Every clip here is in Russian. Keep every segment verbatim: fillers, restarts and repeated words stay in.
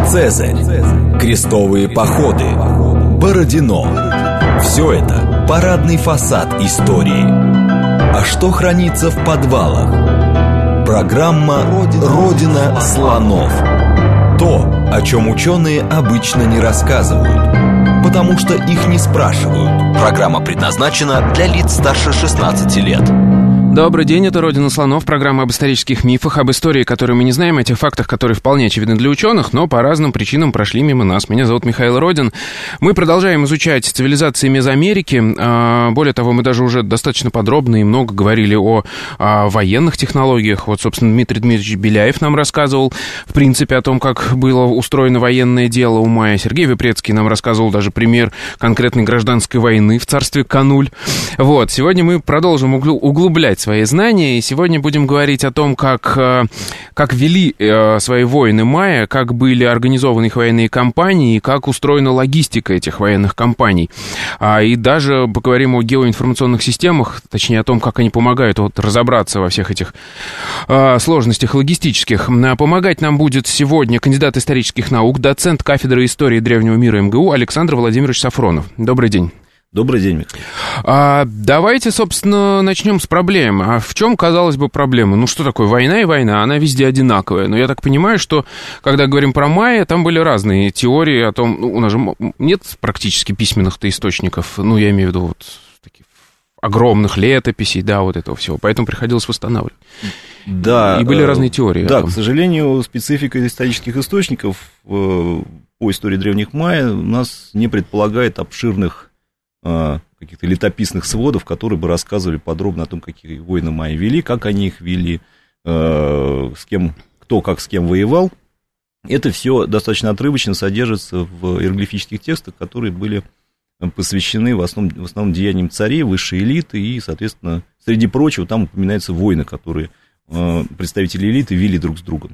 Цезарь, крестовые походы, Бородино. Все это парадный фасад истории. А что хранится в подвалах? Программа «Родина слонов». То, о чем ученые обычно не рассказывают, потому что их не спрашивают. Программа предназначена для лиц старше шестнадцати лет. Добрый день, это «Родина слонов», программа об исторических мифах, об истории, которые мы не знаем, о тех фактах, которые вполне очевидны для ученых, но по разным причинам прошли мимо нас. Меня зовут Михаил Родин. Мы продолжаем изучать цивилизации Мезоамерики. Более того, мы даже уже достаточно подробно и много говорили о, о военных технологиях. Вот, собственно, Дмитрий Дмитриевич Беляев нам рассказывал, в принципе, о том, как было устроено военное дело у майя. Сергей Випрецкий нам рассказывал даже пример конкретной гражданской войны в царстве Кануль. Вот, сегодня мы продолжим углублять свои знания, и сегодня будем говорить о том, как, как вели свои войны майя, как были организованы их военные кампании, и как устроена логистика этих военных кампаний. И даже поговорим о геоинформационных системах, точнее о том, как они помогают вот разобраться во всех этих сложностях логистических. Помогать нам будет сегодня кандидат исторических наук, доцент кафедры истории древнего мира эм гэ у Александр Владимирович Сафронов. Добрый день. Добрый день, Михаил. А, давайте, собственно, начнем с проблем. А в чем, казалось бы, проблема? Ну, что такое война и война? Она везде одинаковая. Но я так понимаю, что, когда говорим про майя, там были разные теории о том... Ну, у нас же нет практически письменных-то источников. Ну, я имею в виду вот таких огромных летописей, да, вот этого всего. Поэтому приходилось восстанавливать. Да. И были разные теории. Да, к сожалению, специфика исторических источников по истории древних майя у нас не предполагает обширных каких-то летописных сводов, которые бы рассказывали подробно о том, какие войны майя вели, как они их вели, с кем, кто как с кем воевал. Это все достаточно отрывочно содержится в иероглифических текстах, которые были посвящены в основном, в основном деяниям царей, высшей элиты, и, соответственно, среди прочего, там упоминаются войны, которые представители элиты вели друг с другом.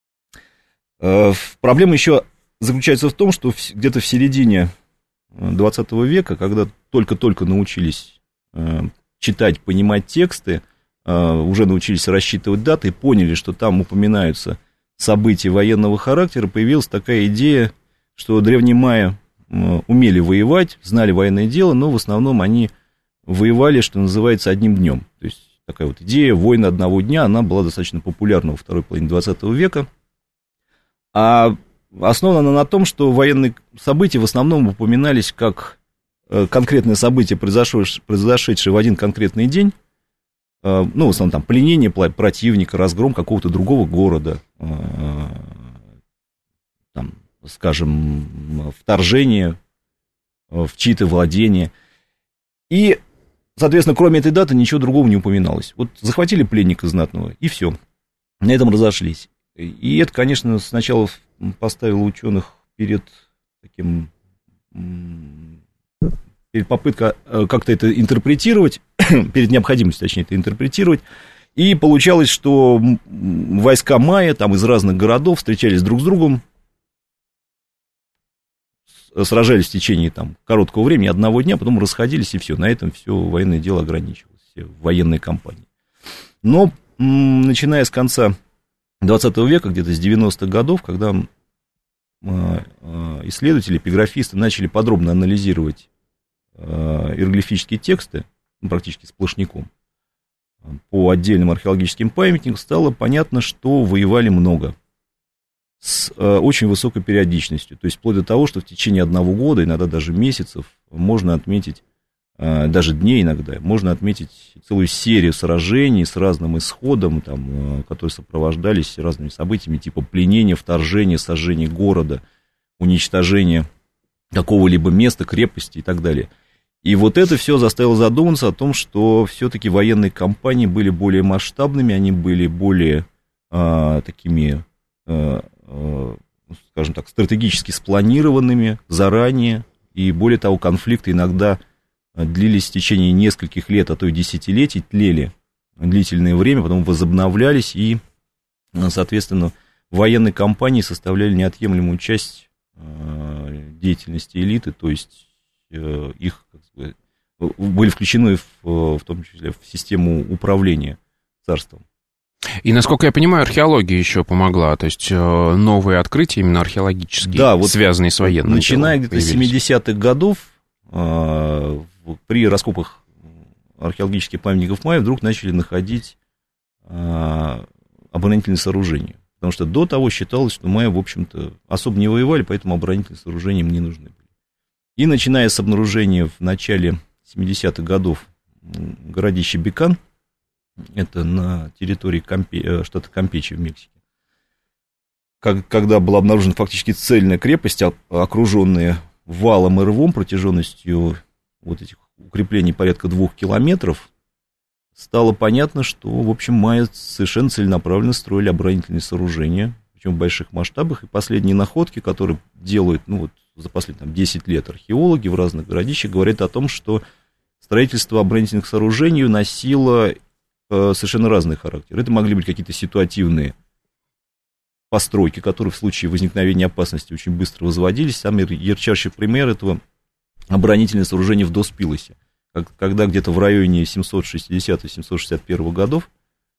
Проблема еще заключается в том, что где-то в середине двадцатого века, когда только-только научились э, читать, понимать тексты, э, уже научились рассчитывать даты и поняли, что там упоминаются события военного характера, появилась такая идея, что древние майя э, умели воевать, знали военное дело, но в основном они воевали, что называется, одним днем. То есть такая вот идея войны одного дня, она была достаточно популярна во второй половине двадцатого века. А основана она на том, что военные события в основном упоминались как конкретное событие, произошедшее в один конкретный день, ну, в основном там пленение противника, разгром какого-то другого города, там, скажем, вторжение в чьи-то владения. И, соответственно, кроме этой даты ничего другого не упоминалось. Вот захватили пленника знатного, и все. На этом разошлись. И это, конечно, сначала поставило ученых перед таким, перед попыткой как-то это интерпретировать, перед необходимостью, точнее, это интерпретировать. И получалось, что войска майя там из разных городов встречались друг с другом, сражались в течение там короткого времени, одного дня, потом расходились, и все. На этом все военное дело ограничивалось, все военные кампании. Но, начиная с конца двадцатого века, где-то с девяностых годов, когда исследователи, эпиграфисты начали подробно анализировать иероглифические тексты, ну, практически сплошняком, по отдельным археологическим памятникам, стало понятно, что воевали много, с очень высокой периодичностью, то есть вплоть до того, что в течение одного года, иногда даже месяцев, можно отметить, даже дней иногда, можно отметить целую серию сражений с разным исходом, там, которые сопровождались разными событиями, типа пленения, вторжения, сожжения города, уничтожения какого-либо места, крепости и так далее. И вот это все заставило задуматься о том, что все-таки военные кампании были более масштабными, они были более а, такими, а, а, скажем так, стратегически спланированными заранее, и более того, конфликты иногда длились в течение нескольких лет, а то и десятилетий, тлели длительное время, потом возобновлялись, и, соответственно, военные кампании составляли неотъемлемую часть деятельности элиты, то есть их как бы, были включены в, в том числе в систему управления царством. И, насколько я понимаю, археология еще помогла, то есть новые открытия именно археологические, да, вот связанные с военным. Начиная где-то с семидесятых годов, при раскопах археологических памятников майя вдруг начали находить оборонительные сооружения. Потому что до того считалось, что майя, в общем-то, особо не воевали, поэтому оборонительные сооружения им не нужны были. И начиная с обнаружения в начале семидесятых годов городища Бекан, это на территории Кампе, штата Кампече в Мексике, как, когда была обнаружена фактически цельная крепость, окруженная валом и рвом протяженностью вот этих укреплений порядка двух километров, стало понятно, что, в общем, майя совершенно целенаправленно строили оборонительные сооружения, причем в больших масштабах, и последние находки, которые делают, ну вот, за последние там, десять лет археологи в разных городищах, говорят о том, что строительство оборонительных сооружений носило э, совершенно разный характер. Это могли быть какие-то ситуативные постройки, которые в случае возникновения опасности очень быстро возводились. Самый ярчайший пример этого оборонительное сооружение в Дос-Пилосе, когда где-то в районе семьсот шестидесятого — семьсот шестьдесят первого годов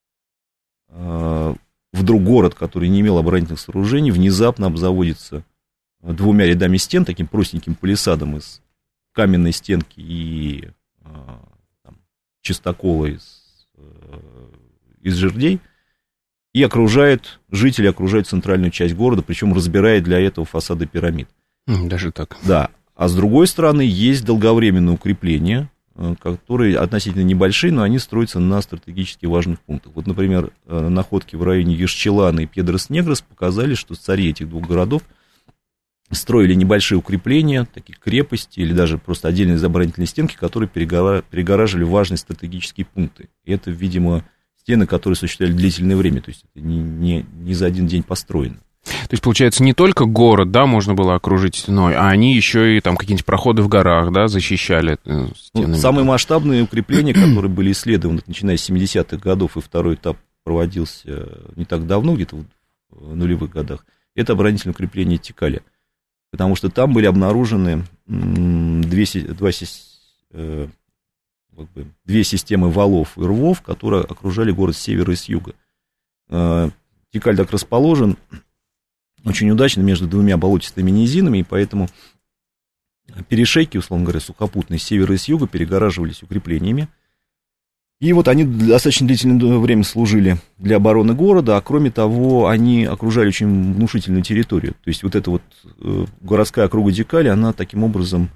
э, вдруг город, который не имел оборонительных сооружений, внезапно обзаводится двумя рядами стен, таким простеньким палисадом из каменной стенки и э, там, чистокола из, э, из жердей, и окружает, жители окружают центральную часть города, причем разбирает для этого фасады пирамид. Даже так. Да. А с другой стороны, есть долговременные укрепления, которые относительно небольшие, но они строятся на стратегически важных пунктах. Вот, например, находки в районе Ешчелана и Пьедрос-Негрос показали, что цари этих двух городов строили небольшие укрепления, такие крепости или даже просто отдельные оборонительные стенки, которые перегораживали важные стратегические пункты. И это, видимо, стены, которые существовали длительное время, то есть это не, не, не за один день построено. То есть, получается, не только город, да, можно было окружить стеной, а они еще и там какие-нибудь проходы в горах, да, защищали стенами. Ну, самые масштабные укрепления, которые были исследованы, начиная с семидесятых годов, и второй этап проводился не так давно, где-то в нулевых годах, это оборонительное укрепление Тикаля. Потому что там были обнаружены две, два, как бы, две системы валов и рвов, которые окружали город с севера и с юга. Тикаль так расположен очень удачно между двумя болотистыми низинами, и поэтому перешейки, условно говоря, сухопутные с севера и с юга перегораживались укреплениями. И вот они достаточно длительное время служили для обороны города, а кроме того, они окружали очень внушительную территорию. То есть вот эта вот городская округа Тикали, она таким образом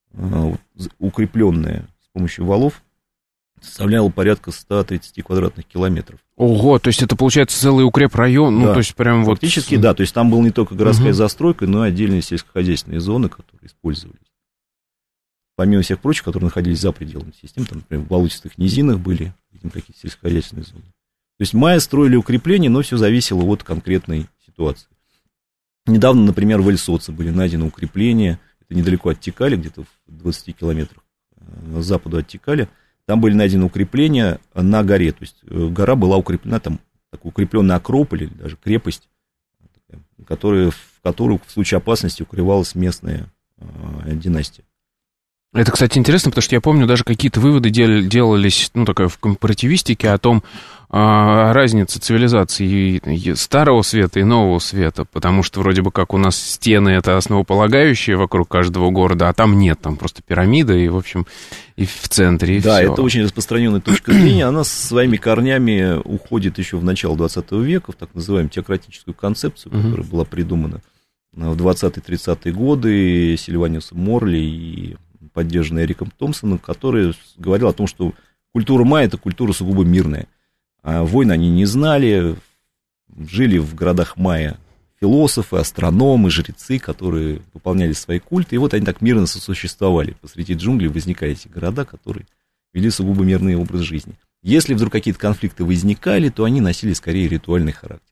укрепленная с помощью валов, составляла порядка ста тридцати квадратных километров. Ого, то есть это получается целый укрепрайон, ну да, то есть прям вот... Фактически, да, то есть там была не только городская угу. застройка, но и отдельные сельскохозяйственные зоны, которые использовались. Помимо всех прочих, которые находились за пределами системы, там, например, в болотистых низинах были какие-то сельскохозяйственные зоны. То есть майя строили укрепления, но все зависело от конкретной ситуации. Недавно, например, в Эль-Соце были найдены укрепления, это недалеко от Тикали, где-то в двадцати километрах на западу от Тикали. Там были найдены укрепления на горе, то есть гора была укреплена, там такой укрепленный акрополь или даже крепость, которая, в которую в случае опасности укрывалась местная э, династия. Это, кстати, интересно, потому что я помню, даже какие-то выводы дел, делались, ну, такая в компаративистике о том, о разнице цивилизации Старого Света и Нового Света, потому что вроде бы как у нас стены — это основополагающие вокруг каждого города, а там нет, там просто пирамида и, в общем, и в центре, и да, все. это очень распространенная точка зрения, она со своими корнями уходит еще в начало двадцатого века, в так называемую теократическую концепцию, которая была придумана в двадцатые-тридцатые годы Сильваниусом Морли и поддержанный Эриком Томпсоном, который говорил о том, что культура майя — это культура сугубо мирная. А войн они не знали, жили в городах майя философы, астрономы, жрецы, которые выполняли свои культы, и вот они так мирно сосуществовали. Посреди джунглей возникали эти города, которые вели сугубо мирный образ жизни. Если вдруг какие-то конфликты возникали, то они носили скорее ритуальный характер.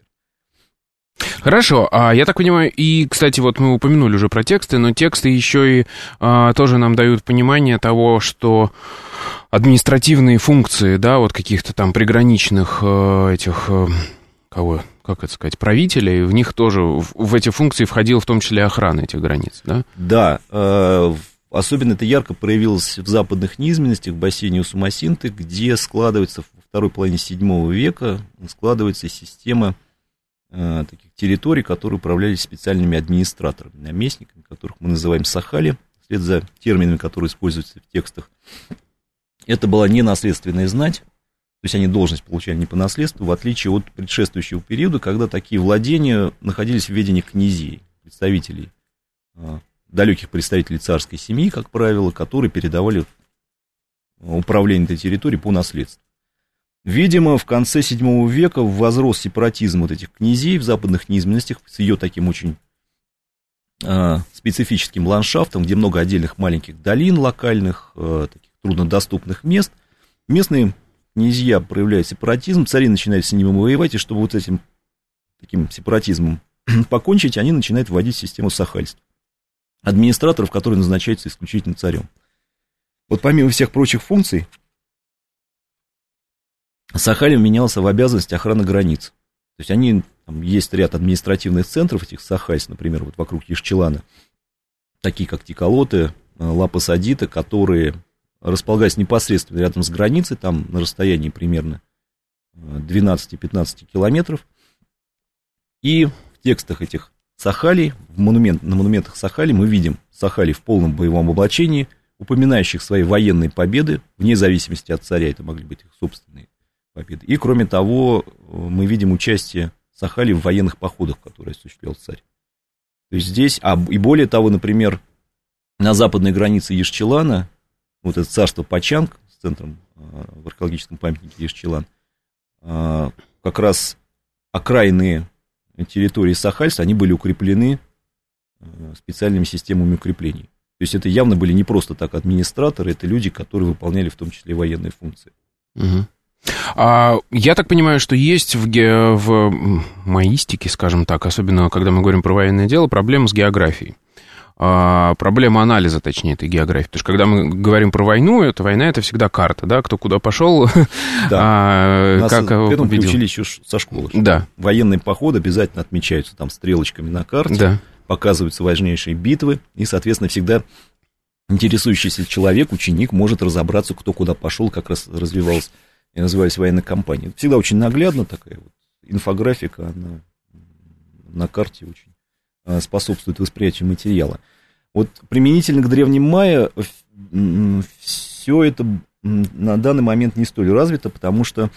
Хорошо, а я так понимаю, и, кстати, вот мы упомянули уже про тексты, но тексты еще и а, тоже нам дают понимание того, что административные функции, да, вот каких-то там приграничных э, этих, э, кого, как это сказать, правителей, в них тоже, в, в эти функции входила в том числе охрана этих границ, да? Да, э, особенно это ярко проявилось в западных низменностях, в бассейне Усумасинты, где складывается, в второй половине седьмого века складывается система э, таких территорий, которые управлялись специальными администраторами, наместниками, которых мы называем сахали, вслед за терминами, которые используются в текстах. Это была не наследственная знать, то есть они должность получали не по наследству, в отличие от предшествующего периода, когда такие владения находились в ведении князей, представителей, э, далеких представителей царской семьи, как правило, которые передавали управление этой территорией по наследству. Видимо, в конце седьмого века возрос сепаратизм вот этих князей в западных низменностях с ее таким очень э, специфическим ландшафтом, где много отдельных маленьких долин локальных, э, таких труднодоступных мест. Местные князья проявляют сепаратизм, цари начинают с ними воевать, и чтобы вот этим таким сепаратизмом покончить, они начинают вводить систему сахальства. Администраторов, которые назначаются исключительно царем. Вот помимо всех прочих функций, сахалин менялся в обязанность охраны границ. То есть они, там есть ряд административных центров этих сахальств, например, вот вокруг Ешчелана, такие как Тиколоты, Лапа-Садита, которые располагались непосредственно рядом с границей, там на расстоянии примерно двенадцать-пятнадцать километров. И в текстах этих сахалий, в монумент, на монументах сахалий мы видим сахалий в полном боевом облачении, упоминающих свои военные победы, вне зависимости от царя, это могли быть их собственные победы. И, кроме того, мы видим участие сахалий в военных походах, которые осуществлял царь. То есть здесь, а и более того, например, на западной границе Ешчелана, вот это царство Пачанг с центром в археологическом памятнике Ешчелан, как раз окраинные территории сахальства, они были укреплены специальными системами укреплений. То есть это явно были не просто так администраторы, это люди, которые выполняли в том числе военные функции. Угу. А, я так понимаю, что есть в, ге... в маистике, скажем так, особенно когда мы говорим про военное дело, проблема с географией. А, проблема анализа, точнее, этой географии. Потому что когда мы говорим про войну, это война, это всегда карта, да, кто куда пошел. Да. А, нас как к этому приучили еще со школы. Да. Военный поход обязательно отмечаются там стрелочками на карте. Да. Показываются важнейшие битвы, и, соответственно, всегда интересующийся человек, ученик, может разобраться, кто куда пошел, как раз развивалась и развивались военные кампании. Всегда очень наглядно такая вот инфографика, она на карте очень способствует восприятию материала. Вот применительно к древним майя все это на данный момент не столь развито, потому что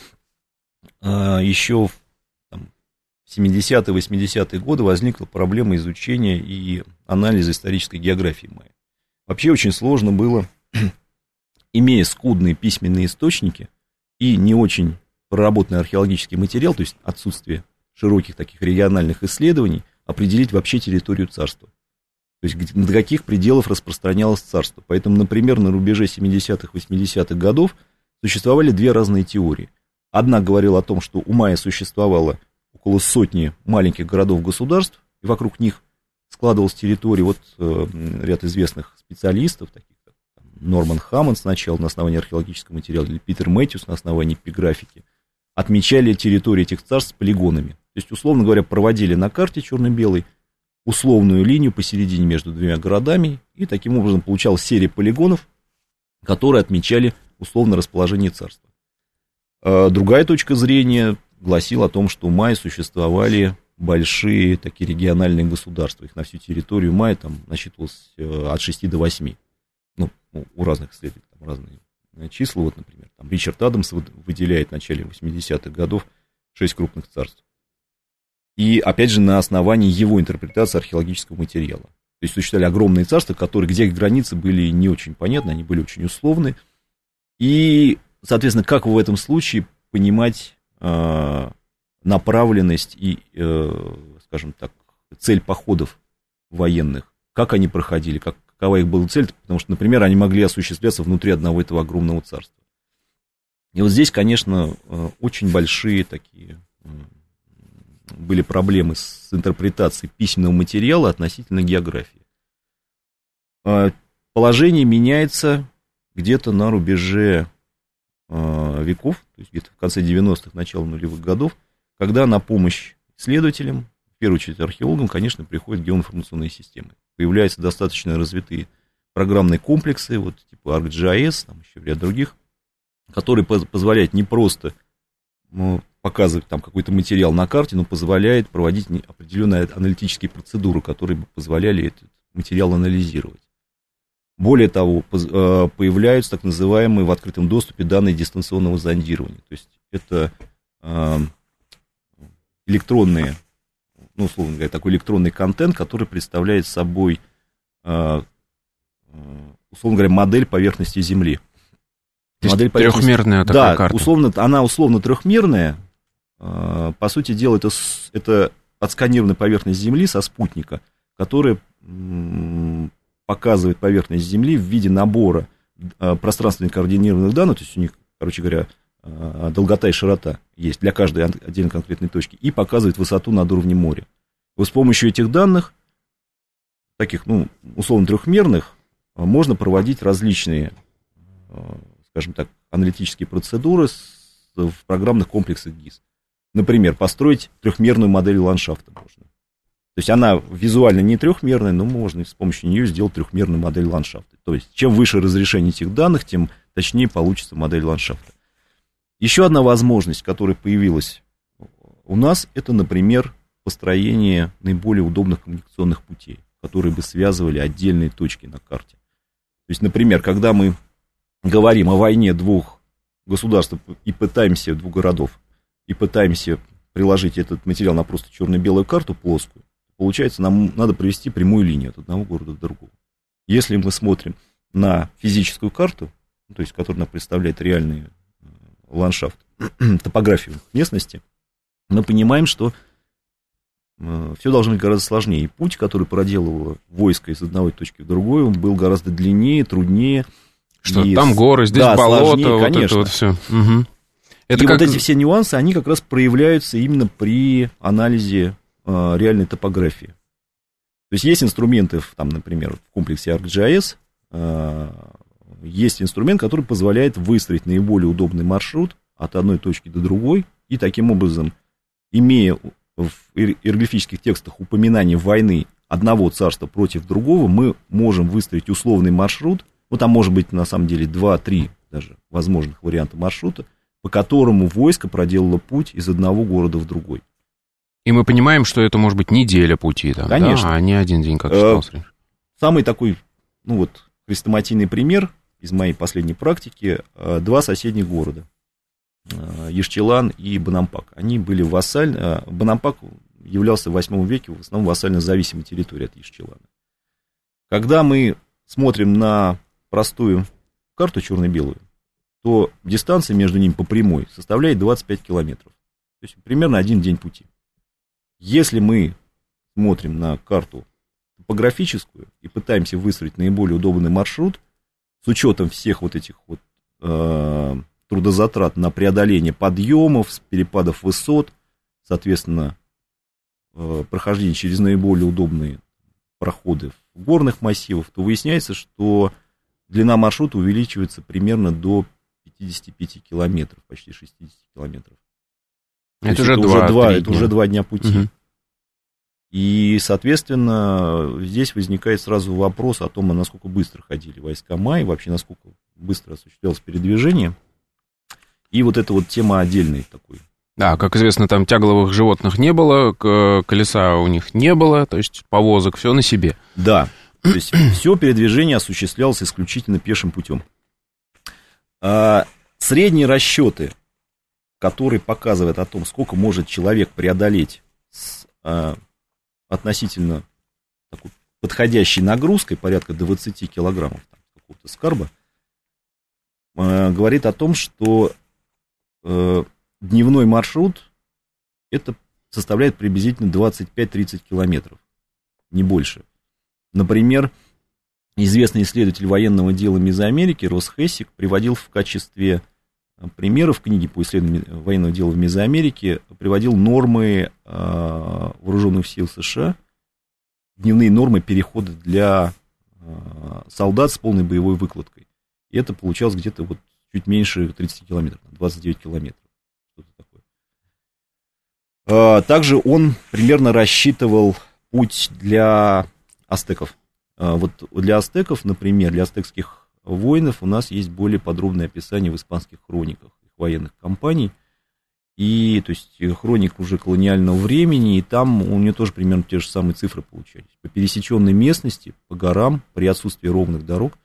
еще в семидесятые, восьмидесятые годы возникла проблема изучения и анализа исторической географии майя. Вообще очень сложно было, имея скудные письменные источники и не очень проработанный археологический материал, то есть отсутствие широких таких региональных исследований, определить вообще территорию царства. То есть до каких пределов распространялось царство. Поэтому, например, на рубеже семидесятых, восьмидесятых годов существовали две разные теории. Одна говорила о том, что у майя существовало около сотни маленьких городов-государств, и вокруг них складывалась территория. Вот э, ряд известных специалистов, таких как там, Норман Хаммонд сначала на основании археологического материала, или Питер Мэтьюс на основании эпиграфики, отмечали территории этих царств полигонами. То есть, условно говоря, проводили на карте черно-белой условную линию посередине между двумя городами, и таким образом получалась серия полигонов, которые отмечали условно расположение царства. А другая точка зрения гласила о том, что у майя существовали большие такие региональные государства. Их на всю территорию майя там насчитывалось от шести до восьми. Ну, у разных исследователей там разные числа. Вот, например, там Ричард Адамс выделяет в начале восьмидесятых годов шесть крупных царств. И, опять же, на основании его интерпретации археологического материала. То есть существовали огромные царства, которые, где их границы были не очень понятны, они были очень условны. И, соответственно, как в этом случае понимать э, направленность и, э, скажем так, цель походов военных, как они проходили, как, какова их была цель, потому что, например, они могли осуществляться внутри одного этого огромного царства. И вот здесь, конечно, э, очень большие такие... Э, были проблемы с интерпретацией письменного материала относительно географии. Положение меняется где-то на рубеже веков, то есть где-то в конце девяностых, начало нулевых годов, когда на помощь исследователям, в первую очередь археологам, конечно, приходят геоинформационные системы. Появляются достаточно развитые программные комплексы, вот типа ArcGIS, там еще ряд других, которые позволяют не просто ну, показывать там какой-то материал на карте, но позволяет проводить определенные аналитические процедуры, которые бы позволяли этот материал анализировать. Более того, появляются так называемые в открытом доступе данные дистанционного зондирования. То есть это электронные, ну, условно говоря, такой электронный контент, который представляет собой, условно говоря, модель поверхности Земли. То модель есть трехмерная такая да, карта. Условно, она условно трехмерная. По сути дела, это, это отсканированная поверхность Земли со спутника, которая показывает поверхность Земли в виде набора пространственно координированных данных, то есть у них, короче говоря, долгота и широта есть для каждой отдельно конкретной точки, и показывает высоту над уровнем моря. Вот с помощью этих данных, таких, ну, условно трехмерных, можно проводить различные, скажем так, аналитические процедуры в программных комплексах ГИС. Например, построить трехмерную модель ландшафта можно. То есть она визуально не трехмерная, но можно с помощью нее сделать трехмерную модель ландшафта. То есть чем выше разрешение этих данных, тем точнее получится модель ландшафта. Еще одна возможность, которая появилась у нас, это, например, построение наиболее удобных коммуникационных путей, которые бы связывали отдельные точки на карте. То есть, например, когда мы говорим о войне двух государств и пытаемся, двух городов, и пытаемся приложить этот материал на просто черно-белую карту плоскую, получается, нам надо провести прямую линию от одного города до другого. Если мы смотрим на физическую карту, то есть, которая нам представляет реальный ландшафт, топографию местности, мы понимаем, что все должно быть гораздо сложнее. И путь, который проделывало войско из одной точки в другую, он был гораздо длиннее, труднее. Что и... там горы, здесь да, болото, сложнее, вот конечно. это вот все. Угу. Это и как... вот эти все нюансы, они как раз проявляются именно при анализе э, реальной топографии. То есть есть инструменты, там, например, в комплексе ArcGIS, э, есть инструмент, который позволяет выстроить наиболее удобный маршрут от одной точки до другой, и таким образом, имея в иероглифических текстах упоминание войны одного царства против другого, мы можем выстроить условный маршрут, ну, там может быть, на самом деле, два-три даже возможных варианта маршрута, по которому войско проделало путь из одного города в другой. И мы понимаем, что это может быть неделя пути, там, конечно, да, а не один день, как считалось раньше. Самый такой, ну вот, хрестоматийный пример из моей последней практики, два соседних города, Ешчелан и Бонампак. Они были вассальны, Бонампак являлся в восьмом веке в основном вассально зависимой территорией от Ешчелана. Когда мы смотрим на простую карту черно-белую, то дистанция между ними по прямой составляет двадцать пять километров. То есть примерно один день пути. Если мы смотрим на карту топографическую и пытаемся выстроить наиболее удобный маршрут с учетом всех вот этих вот э, трудозатрат на преодоление подъемов, перепадов высот, соответственно, э, прохождение через наиболее удобные проходы в горных массивах, то выясняется, что длина маршрута увеличивается примерно до пятидесяти пяти километров, почти шестидесяти километров. Это, уже, это, два, уже, два, это уже два дня пути. Угу. И, соответственно, здесь возникает сразу вопрос о том, насколько быстро ходили войска МА, и вообще насколько быстро осуществлялось передвижение. И вот эта вот тема отдельной такой. Да, как известно, там тягловых животных не было, колеса у них не было, то есть повозок, все на себе. Да, то есть все передвижение осуществлялось исключительно пешим путем. А, средние расчеты, которые показывают о том, сколько может человек преодолеть с а, относительно такой подходящей нагрузкой, порядка двадцати килограммов там, какого-то скарба, а, говорит о том, что а, дневной маршрут это составляет приблизительно двадцать пять-тридцать километров, не больше. Например, известный исследователь военного дела Мезоамерики Росс Хессик приводил в качестве примера в книге по исследованию военного дела в Мезоамерике, приводил нормы э, вооруженных сил США, дневные нормы перехода для э, солдат с полной боевой выкладкой. И это получалось где-то вот чуть меньше тридцати километров, двадцать девять километров. Что-то такое. Э, также он примерно рассчитывал путь для ацтеков. Э, вот для ацтеков, например, для ацтекских воинов у нас есть более подробное описание в испанских хрониках их военных кампаний. И, то есть, хроник уже колониального времени, и там у нее тоже примерно те же самые цифры получались. По пересеченной местности, по горам, при отсутствии ровных дорог,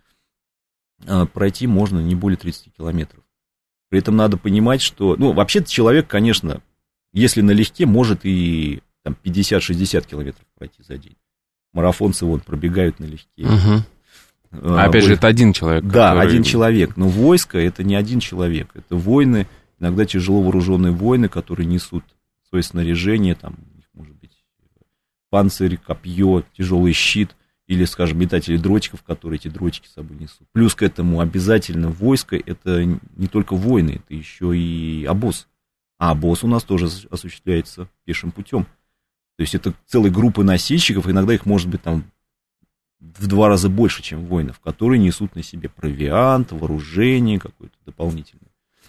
пройти можно не более тридцать километров. При этом надо понимать, что, ну, вообще-то человек, конечно, если налегке, может и там, пятьдесят-шестьдесят километров пройти за день. Марафонцы вот пробегают налегке. Угу. А, опять же, это один человек. Да, который... один человек. Но войско — это не один человек. Это воины, иногда тяжело вооруженные воины, которые несут свое снаряжение, там, у них может быть панцирь, копье, тяжелый щит, или, скажем, метатели дротиков, которые эти дротики с собой несут. Плюс к этому обязательно войско — это не только воины, это еще и обоз. А обоз у нас тоже осуществляется пешим путем. То есть это целые группы носильщиков, иногда их может быть там в два раза больше, чем воинов, которые несут на себе провиант, вооружение какое-то дополнительное.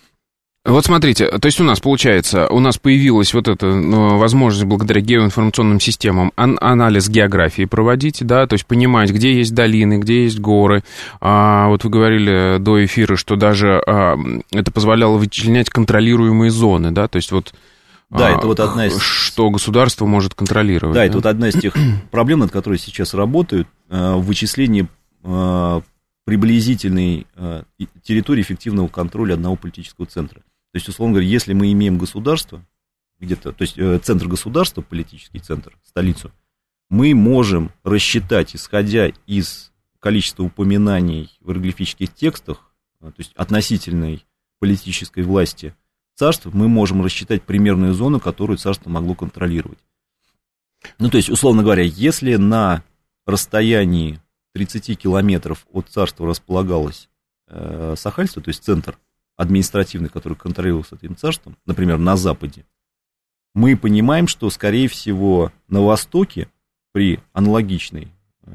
Вот смотрите, то есть у нас, получается, у нас появилась вот эта ну, возможность благодаря геоинформационным системам ан- анализ географии проводить, да, то есть понимать, где есть долины, где есть горы. А, вот вы говорили до эфира, что даже а, это позволяло вычленять контролируемые зоны, да, то есть вот... Да, а, это вот одна из... Что государство может контролировать. Да, да, это вот одна из тех проблем, над которой сейчас работают, в вычислении приблизительной территории эффективного контроля одного политического центра. То есть, условно говоря, если мы имеем государство, где-то, то есть центр государства, политический центр, столицу, мы можем рассчитать, исходя из количества упоминаний в иероглифических текстах, то есть относительной политической власти царства, мы можем рассчитать примерную зону, которую царство могло контролировать. Ну, то есть, условно говоря, если на расстоянии тридцать километров от царства располагалось э, Сахальство, то есть центр административный, который контролировался этим царством, например, на западе, мы понимаем, что, скорее всего, на востоке при аналогичной, э,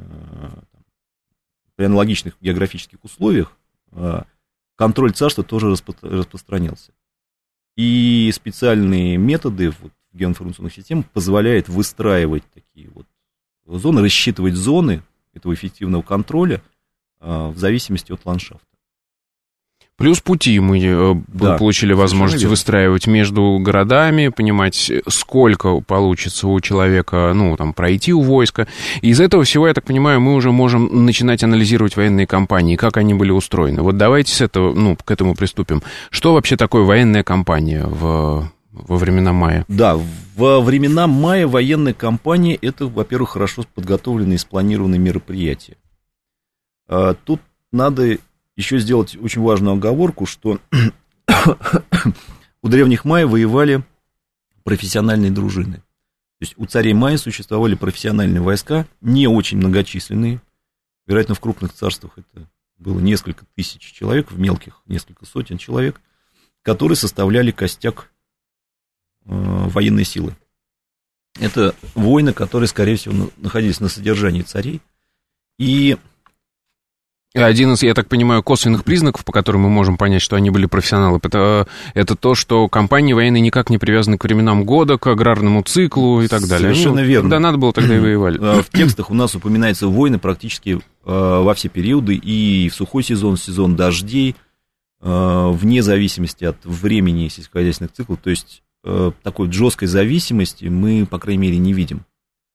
при аналогичных географических условиях э, контроль царства тоже распро- распространялся. И специальные методы вот, в геоинформационных системах позволяют выстраивать такие вот зоны, рассчитывать зоны этого эффективного контроля э, в зависимости от ландшафта. Плюс пути мы э, да, получили возможность выстраивать между городами, понимать, сколько получится у человека, ну, там, пройти у войска. И из этого всего, я так понимаю, мы уже можем начинать анализировать военные кампании, как они были устроены. Вот давайте с этого, ну, к этому приступим. Что вообще такое военная кампания в, во времена мая? Да, во времена мая военная кампания — это, во-первых, хорошо подготовленные и спланированные мероприятия. Тут надо еще сделать очень важную оговорку, что у древних майя воевали профессиональные дружины. То есть у царей майя существовали профессиональные войска, не очень многочисленные. Вероятно, в крупных царствах это было несколько тысяч человек, в мелких несколько сотен человек, которые составляли костяк э, военной силы. Это воины, которые, скорее всего, находились на содержании царей. И один из, я так понимаю, косвенных признаков, по которым мы можем понять, что они были профессионалы, это, это то, что кампании военные никак не привязаны к временам года, к аграрному циклу и так далее. Совершенно они, верно. Когда надо было, тогда и воевали. В текстах у нас упоминаются войны практически во все периоды, и в сухой сезон, в сезон дождей, вне зависимости от времени сельскохозяйственных циклов. То есть такой жесткой зависимости мы, по крайней мере, не видим.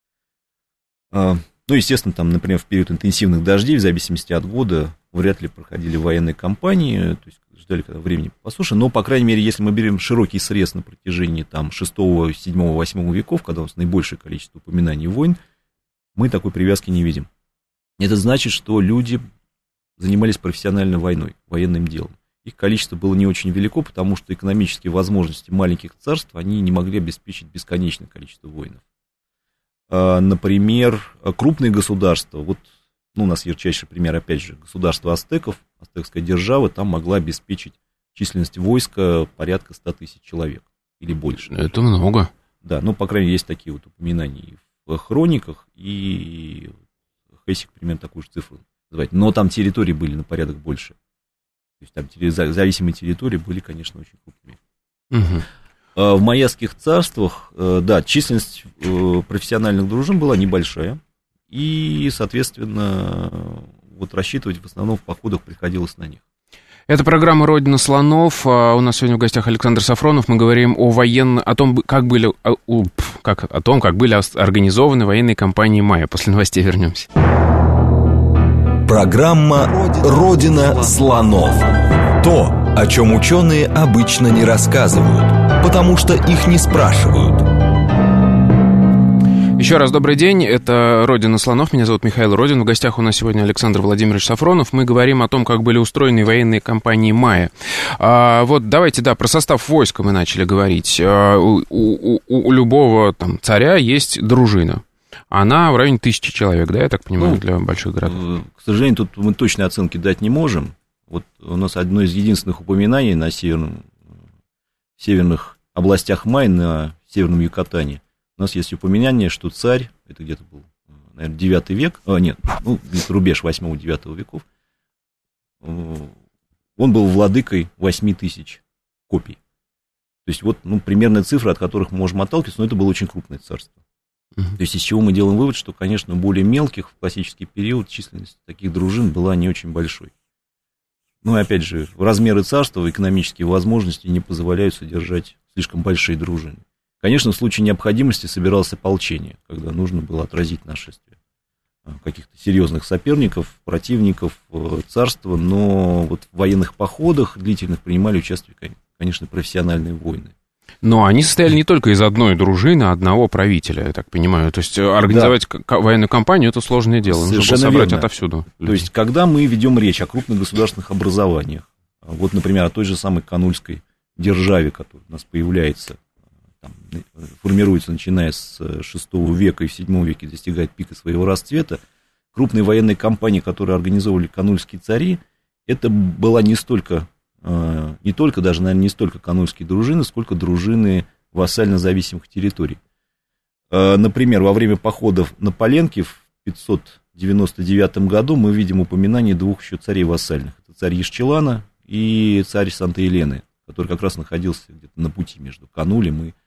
Ну, естественно, там, например, в период интенсивных дождей, в зависимости от года, вряд ли проходили военные кампании, то есть ждали когда времени по суше, но, по крайней мере, если мы берем широкий срез на протяжении там, шестого, седьмого, восьмого веков, когда у нас наибольшее количество упоминаний войн, мы такой привязки не видим. Это значит, что люди занимались профессиональной войной, военным делом. Их количество было не очень велико, потому что экономические возможности маленьких царств, они не могли обеспечить бесконечное количество воинов. Например, крупные государства, вот ну, у нас ярчайший пример, опять же, государство ацтеков, ацтекская держава, там могла обеспечить численность войска порядка ста тысяч человек или больше. Это много. Да, ну, по крайней мере, есть такие вот упоминания в хрониках, и Хессик примерно такую же цифру называет, но там территории были на порядок больше. То есть там зависимые территории были, конечно, очень крупными. Угу. В майяских царствах, да, численность профессиональных дружин была небольшая, и, соответственно, вот рассчитывать в основном в походах приходилось на них. Это программа «Родина слонов». У нас сегодня в гостях Александр Сафронов. Мы говорим о военном, о том, как были, как, о том, как были организованы военные кампании мая. После новостей вернемся. Программа «Родина слонов». То, о чем ученые обычно не рассказывают, потому что их не спрашивают. Еще раз добрый день, это «Родина слонов», меня зовут Михаил Родин, в гостях у нас сегодня Александр Владимирович Сафронов. Мы говорим о том, как были устроены военные кампании мая. А, вот давайте, да, про состав войска мы начали говорить. А, у, у, у любого там царя есть дружина. Она в районе тысячи человек, да, я так понимаю, ну, для больших городов? К сожалению, тут мы точной оценки дать не можем. Вот у нас одно из единственных упоминаний на северном, в северных областях Майя, на северном Юкатане. У нас есть упоминание, что царь, это где-то был, наверное, девятый век, а, нет, ну, рубеж восьмого-девятого веков, он был владыкой восьми тысяч копий. То есть вот, ну, примерная цифра, от которых мы можем отталкиваться, но это было очень крупное царство. Uh-huh. То есть из чего мы делаем вывод, что, конечно, более мелких в классический период численность таких дружин была не очень большой. Ну и опять же, размеры царства, экономические возможности не позволяют содержать слишком большие дружины. Конечно, в случае необходимости собиралось ополчение, когда нужно было отразить нашествие каких-то серьезных соперников, противников царства, но вот в военных походах длительных принимали участие, конечно, профессиональные воины. Но они состояли не только из одной дружины, одного правителя, я так понимаю. То есть организовать да. военную кампанию – это сложное дело. Нужно было собрать верно. Отовсюду. То есть, когда мы ведем речь о крупных государственных образованиях, вот, например, о той же самой Канульской державе, которая у нас появляется, там, формируется, начиная с шестого века и в седьмом веке достигает пика своего расцвета, крупные военные кампании, которые организовывали канульские цари, это была не столько, не только, даже, наверное, не столько канульские дружины, сколько дружины вассально зависимых территорий. Например, во время походов на Поленки в пятьсот девяносто девятом году мы видим упоминание двух еще царей вассальных. Это царь Ешчелана и царь Санта-Елены, который как раз находился где-то на пути между Канулем и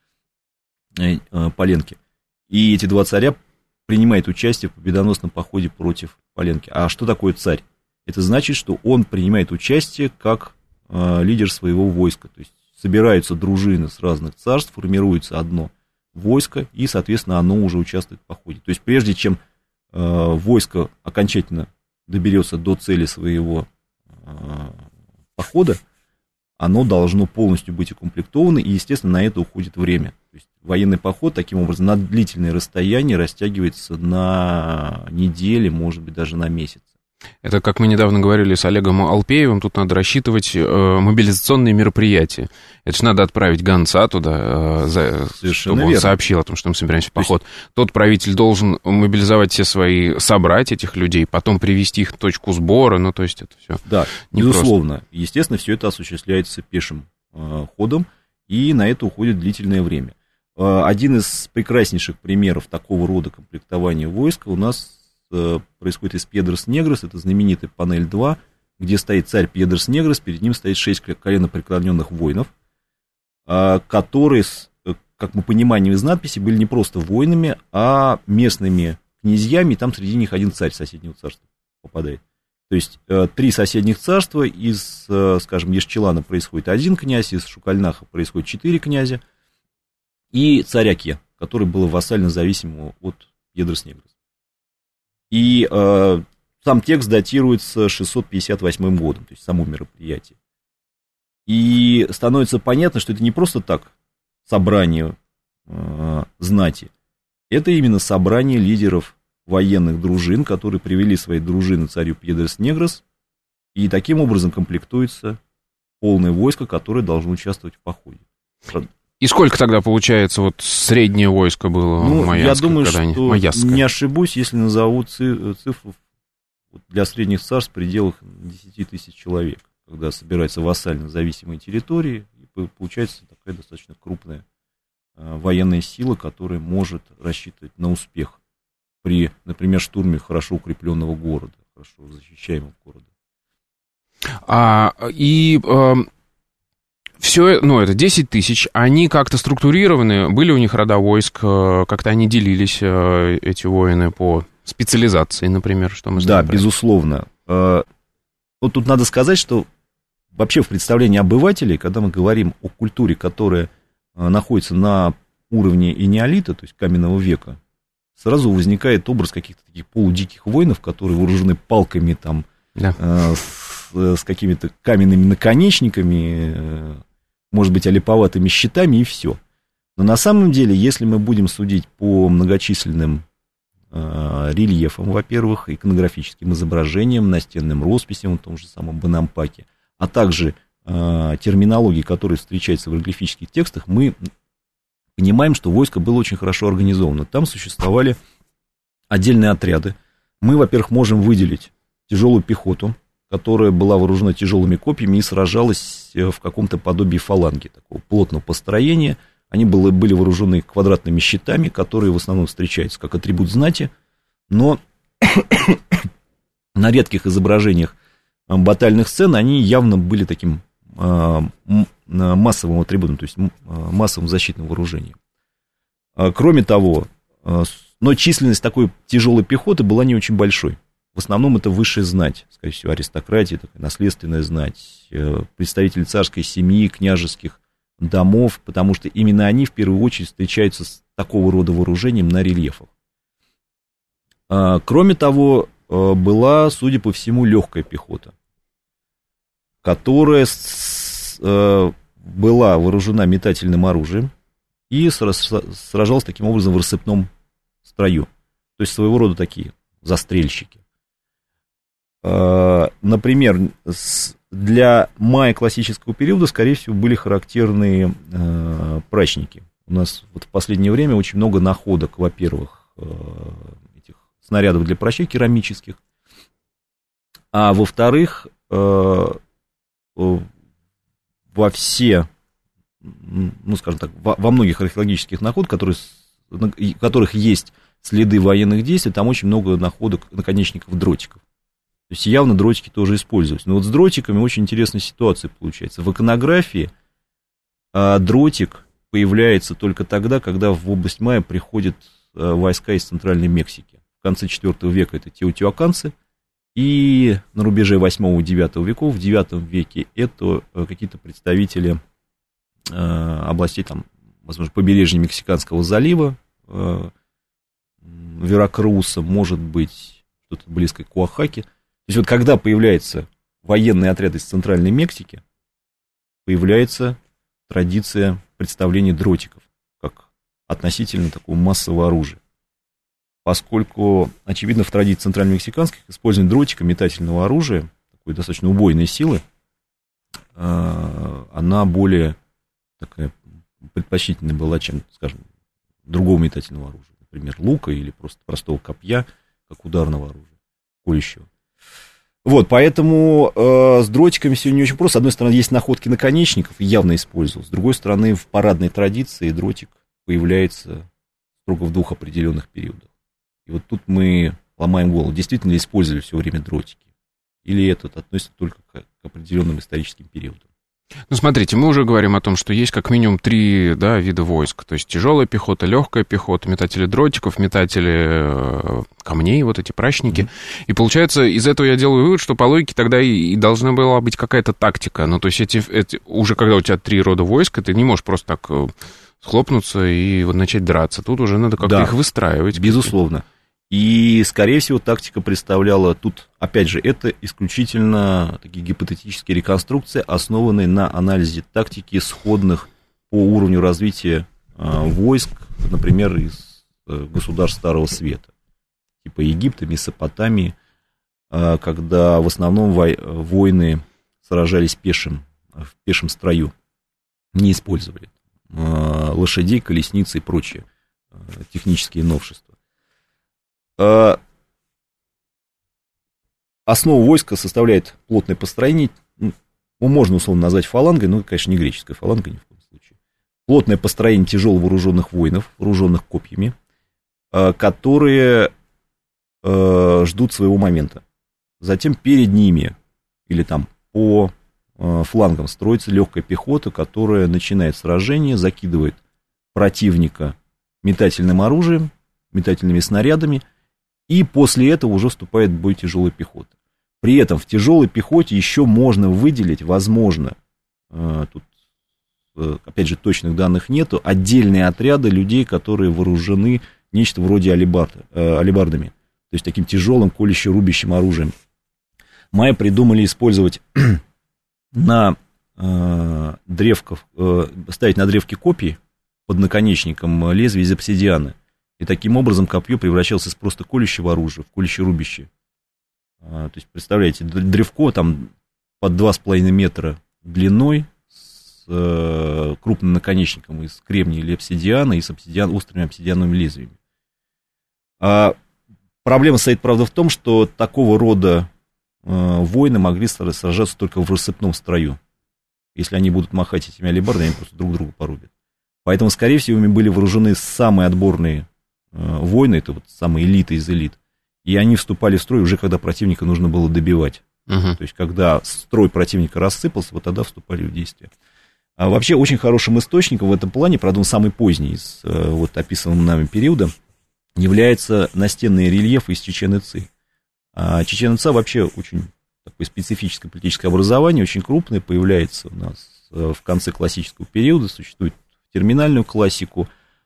Поленки. И эти два царя принимают участие в победоносном походе против Поленки. А что такое царь? Это значит, что он принимает участие как э, лидер своего войска. То есть собираются дружины с разных царств, формируется одно войско, и, соответственно, оно уже участвует в походе. То есть прежде чем э, войско окончательно доберется до цели своего э, похода, оно должно полностью быть укомплектовано, и, естественно, на это уходит время. То есть военный поход, таким образом, на длительное расстояние растягивается на недели, может быть, даже на месяцы. Это, как мы недавно говорили с Олегом Алпеевым, тут надо рассчитывать э, мобилизационные мероприятия. Это же надо отправить гонца туда, э, за, чтобы верно. Он сообщил о том, что мы собираемся в поход. Есть... Тот правитель должен мобилизовать все свои, собрать этих людей, потом привести их в точку сбора, ну, то есть это все. Да, безусловно. Просто. Естественно, все это осуществляется пешим э, ходом, и на это уходит длительное время. Э, один из прекраснейших примеров такого рода комплектования войска у нас происходит из Пьедрос Негрос, это знаменитый панель два, где стоит царь Пьедрос Негрос, перед ним стоит шесть коленопреклоненных воинов, которые, как мы понимаем из надписи, были не просто воинами, а местными князьями, и там среди них один царь соседнего царства попадает. То есть три соседних царства, из, скажем, Ешчелана происходит один князь, из Шукальнаха происходит четыре князя, и царь Аке, который был вассально зависим от Пьедрос Негрос. И э, сам текст датируется шестьсот пятьдесят восьмым годом, то есть само мероприятие. И становится понятно, что это не просто так собрание э, знати, это именно собрание лидеров военных дружин, которые привели свои дружины царю Пьедрос Негрос, и таким образом комплектуется полное войско, которое должно участвовать в походе. И сколько тогда, получается, вот среднее войско было ну, майяское? Я думаю, что майяское. Не ошибусь, если назову цифру для средних царств в пределах десять тысяч человек, когда собираются вассально зависимые территории, и получается такая достаточно крупная военная сила, которая может рассчитывать на успех при, например, штурме хорошо укрепленного города, хорошо защищаемого города. А, и... А... Все, ну, это десять тысяч, они как-то структурированы, были у них рода войск, как-то они делились, эти воины, по специализации, например, что мы знаем. Да, безусловно. Вот тут надо сказать, что вообще в представлении обывателей, когда мы говорим о культуре, которая находится на уровне энеолита, то есть каменного века, сразу возникает образ каких-то таких полудиких воинов, которые вооружены палками, там, да. э, с, с какими-то каменными наконечниками, э, может быть, олиповатыми щитами, и все. Но на самом деле, если мы будем судить по многочисленным э, рельефам, во-первых, иконографическим изображениям, настенным росписям, в том же самом Бонампаке, а также э, терминологии, которая встречается в иероглифических текстах, мы понимаем, что войско было очень хорошо организовано. Там существовали отдельные отряды. Мы, во-первых, можем выделить тяжелую пехоту, которая была вооружена тяжелыми копьями и сражалась в каком-то подобии фаланги, такого плотного построения. Они были, были вооружены квадратными щитами, которые в основном встречаются как атрибут знати, но на редких изображениях батальных сцен они явно были таким массовым атрибутом, то есть массовым защитным вооружением. Кроме того, но численность такой тяжелой пехоты была не очень большой. В основном это высшая знать, скорее всего, аристократия, такая наследственная знать, представители царской семьи, княжеских домов, потому что именно они в первую очередь встречаются с такого рода вооружением на рельефах. Кроме того, была, судя по всему, легкая пехота, которая была вооружена метательным оружием и сражалась таким образом в рассыпном строю. То есть своего рода такие застрельщики. Например, для майя классического периода, скорее всего, были характерны прачники. У нас вот в последнее время очень много находок, во-первых, этих снарядов для пращей керамических, а во-вторых, во все, ну, скажем так, во, во многих археологических находках, которые, в которых есть следы военных действий, там очень много находок наконечников дротиков. То есть явно дротики тоже используются. Но вот с дротиками очень интересная ситуация получается. В иконографии а, дротик появляется только тогда, когда в область майя приходят а, войска из Центральной Мексики. В конце четвёртого века это теотиуаканцы, и на рубеже восьмого-девятого веков, в девятом веке, это какие-то представители э, областей, там, возможно, побережья Мексиканского залива, э, Веракруса, может быть, что-то близкое к Оахаке. То есть вот когда появляется военный отряд из Центральной Мексики, появляется традиция представления дротиков, как относительно такого массового оружия. Поскольку, очевидно, в традиции центральномексиканских использование дротика, метательного оружия, такой достаточно убойной силы, она более такая предпочтительная была, чем, скажем, другого метательного оружия, например, лука или просто простого копья, как ударного оружия, колющего. Вот, поэтому э, с дротиками все не очень просто. С одной стороны, есть находки наконечников, явно использовал. С другой стороны, в парадной традиции дротик появляется строго в двух определенных периодах. И вот тут мы ломаем голову, действительно ли использовали все время дротики, или это относится только к, к определенным историческим периодам. Ну, смотрите, мы уже говорим о том, что есть как минимум три, да, вида войск. То есть тяжелая пехота, легкая пехота, метатели дротиков, метатели камней, вот эти пращники. Mm-hmm. И получается, из этого я делаю вывод, что по логике тогда и, и должна была быть какая-то тактика. Ну, то есть эти, эти, уже когда у тебя три рода войска, ты не можешь просто так схлопнуться и вот начать драться. Тут уже надо как-то да, их выстраивать. Безусловно. И, скорее всего, тактика представляла тут, опять же, это исключительно такие гипотетические реконструкции, основанные на анализе тактики сходных по уровню развития э, войск, например, из э, государств Старого Света, типа Египта, Месопотамии, э, когда в основном вой, войны сражались пешим, в пешем строю, не использовали э, лошадей, колесницы и прочие э, технические новшества. Основу войска составляет плотное построение, ну, можно условно назвать фалангой, но, конечно, не греческая фаланга ни в коем случае. Плотное построение тяжело вооруженных воинов, вооруженных копьями, которые ждут своего момента. Затем перед ними или там по флангам строится легкая пехота, которая начинает сражение, закидывает противника метательным оружием, метательными снарядами, и после этого уже вступает в бой тяжелая пехота. При этом в тяжелой пехоте еще можно выделить, возможно, тут, опять же, точных данных нету, отдельные отряды людей, которые вооружены нечто вроде алебард, алебардами, то есть таким тяжелым колюще-рубящим оружием. Майя придумали использовать на э, древках, э, ставить на древки копья под наконечником лезвия из обсидиана. И таким образом копье превращалось из просто колющего оружия в колюще-рубящее. А, то есть, представляете, древко там под два с половиной метра длиной, с э, крупным наконечником из кремния или обсидиана и с обсидиан, острыми обсидиановыми лезвиями. А, проблема стоит, правда, в том, что такого рода воины могли сражаться только в рассыпном строю. Если они будут махать этими алебардами, они просто друг друга порубят. Поэтому, скорее всего, ими были вооружены самые отборные воины, это вот самые элиты из элит. И они вступали в строй уже, когда противника нужно было добивать. Uh-huh. То есть, когда строй противника рассыпался, вот тогда вступали в действие. А вообще, очень хорошим источником в этом плане, правда, он самый поздний из вот, описанного нами периода, являются настенные рельефы из Чечен-Ицы. А Чечен-Ица вообще очень такое специфическое политическое образование, очень крупное, появляется у нас в конце классического периода, существует терминальную классику,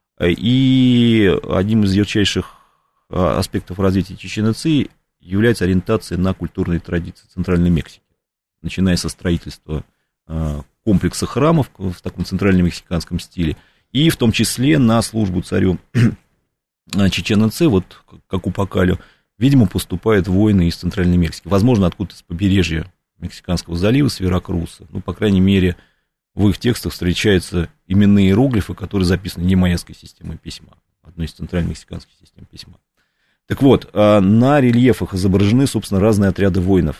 и одним из ярчайших аспектов развития Чечен-Ицы является ориентация на культурные традиции Центральной Мексики, начиная со строительства комплекса храмов в таком центрально-мексиканском стиле, и в том числе на службу царю Чечен-Ицы, вот как у Пакалю, видимо, поступают воины из Центральной Мексики. Возможно, откуда-то с побережья Мексиканского залива, с Веракруса. Ну, по крайней мере, в их текстах встречаются именные иероглифы, которые записаны не майяской системой письма, одной из центральных мексиканских систем письма. Так вот, на рельефах изображены, собственно, разные отряды воинов.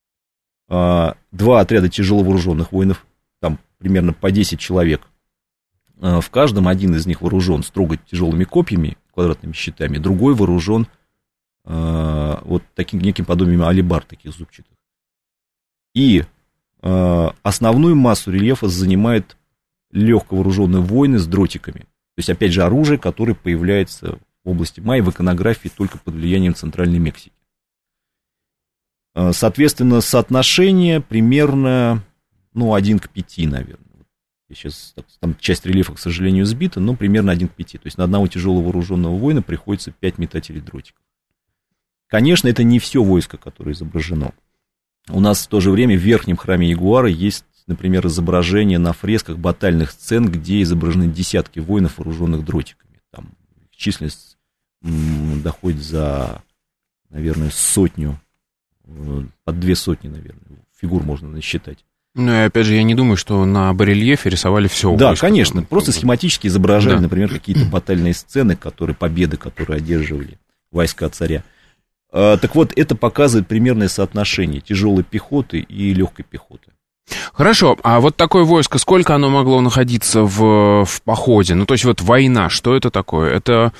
Два отряда тяжеловооруженных воинов, там примерно по десять человек. В каждом один из них вооружен строго тяжелыми копьями, квадратными щитами, другой вооружен вот таким неким подобием алебард, таких зубчатых. И э, основную массу рельефа занимают легко вооруженные воины с дротиками. То есть, опять же, оружие, которое появляется в области майя в иконографии только под влиянием Центральной Мексики. Соответственно, соотношение примерно, ну, один к пяти, наверное. Сейчас там часть рельефа, к сожалению, сбита, но примерно один к пяти. То есть, на одного тяжелого вооруженного воина приходится пять метателей дротиков. Конечно, это не все войско, которое изображено. У нас в то же время в верхнем храме Ягуара есть, например, изображение на фресках батальных сцен, где изображены десятки воинов, вооруженных дротиками. Там численность м, доходит за, наверное, сотню, под две сотни, наверное, фигур можно насчитать. Ну и опять же, я не думаю, что на барельефе рисовали все. Да, конечно, там, просто схематически изображали, да. например, какие-то батальные сцены, которые, победы, которые одерживали войска царя. Так вот, это показывает примерное соотношение тяжелой пехоты и легкой пехоты. Хорошо, а вот такое войско, сколько оно могло находиться в, в походе? Ну, то есть вот война, что это такое? Это,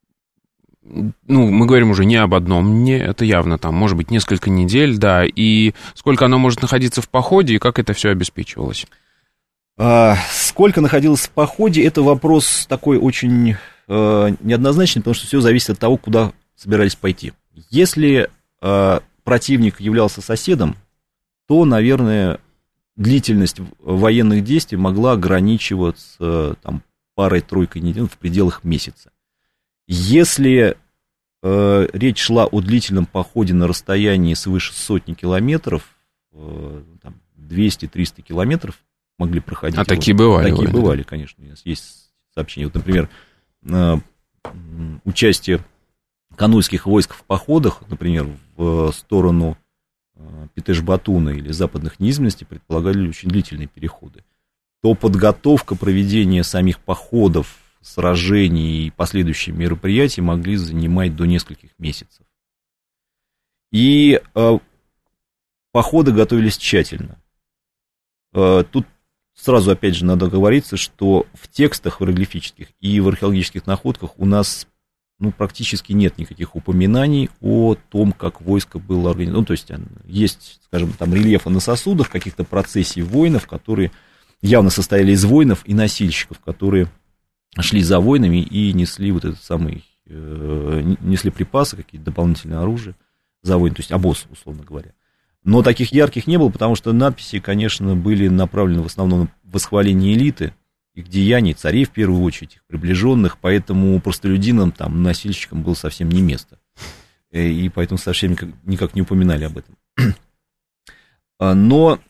ну, мы говорим уже не об одном дне, это явно там, может быть, несколько недель, да, и сколько оно может находиться в походе, и как это все обеспечивалось? А, сколько находилось в походе, это вопрос такой очень э, неоднозначный, потому что все зависит от того, куда собирались пойти. Если э, противник являлся соседом, то, наверное, длительность военных действий могла ограничиваться э, там, парой-тройкой недель в пределах месяца. Если э, речь шла о длительном походе на расстоянии свыше сотни километров, э, там, двести-триста километров могли проходить. А вот, такие бывали? Такие войны, бывали, да? Конечно. У нас есть сообщения. Вот, например, э, участие кануйских войск в походах, например, в сторону Петеш-Батуна или западных низменностей предполагали очень длительные переходы, то подготовка проведения самих походов, сражений и последующие мероприятия могли занимать до нескольких месяцев. И э, походы готовились тщательно. Э, тут сразу, опять же, надо оговориться, что в текстах в иероглифических и в археологических находках у нас ну, практически нет никаких упоминаний о том, как войско было организовано. Ну, то есть, есть, скажем, там рельефы на сосудах, каких-то процессий воинов, которые явно состояли из воинов и носильщиков, которые шли за воинами и несли вот этот самый, э, несли припасы, какие-то дополнительные оружия за воин, то есть обоз, условно говоря. Но таких ярких не было, потому что надписи, конечно, были направлены в основном на восхваление элиты, их деяний, царей в первую очередь, их приближенных, поэтому простолюдинам, там, носильщикам было совсем не место. И поэтому совсем никак, никак не упоминали об этом. Но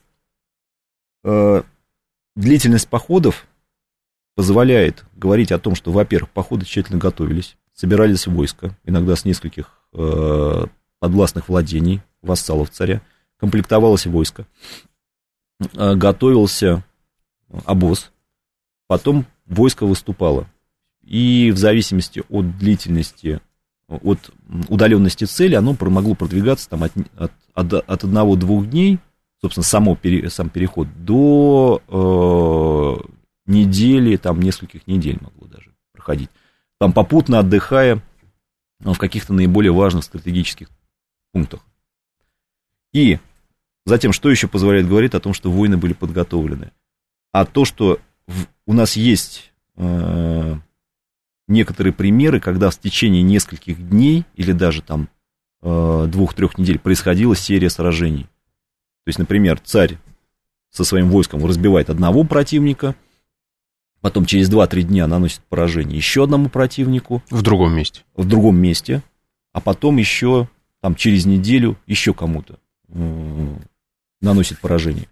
э, длительность походов позволяет говорить о том, что, во-первых, походы тщательно готовились, собирались войска, иногда с нескольких э, подвластных владений, вассалов царя, комплектовалось войско, э, готовился обоз, потом войско выступало. И в зависимости от длительности, от удаленности цели, оно могло продвигаться там, от, от, от, от одного-двух дней, собственно, само, сам переход, до э, недели, там, нескольких недель могло даже проходить. Там попутно отдыхая в каких-то наиболее важных стратегических пунктах. И затем, что еще позволяет говорить о том, что войны были подготовлены? А то, что в, у нас есть э, некоторые примеры, когда в течение нескольких дней или даже там э, двух-трех недель происходила серия сражений. То есть, например, царь со своим войском разбивает одного противника, потом через два-три дня наносит поражение еще одному противнику. В другом месте. В другом месте, а потом еще там, через неделю еще кому-то э, наносит поражение.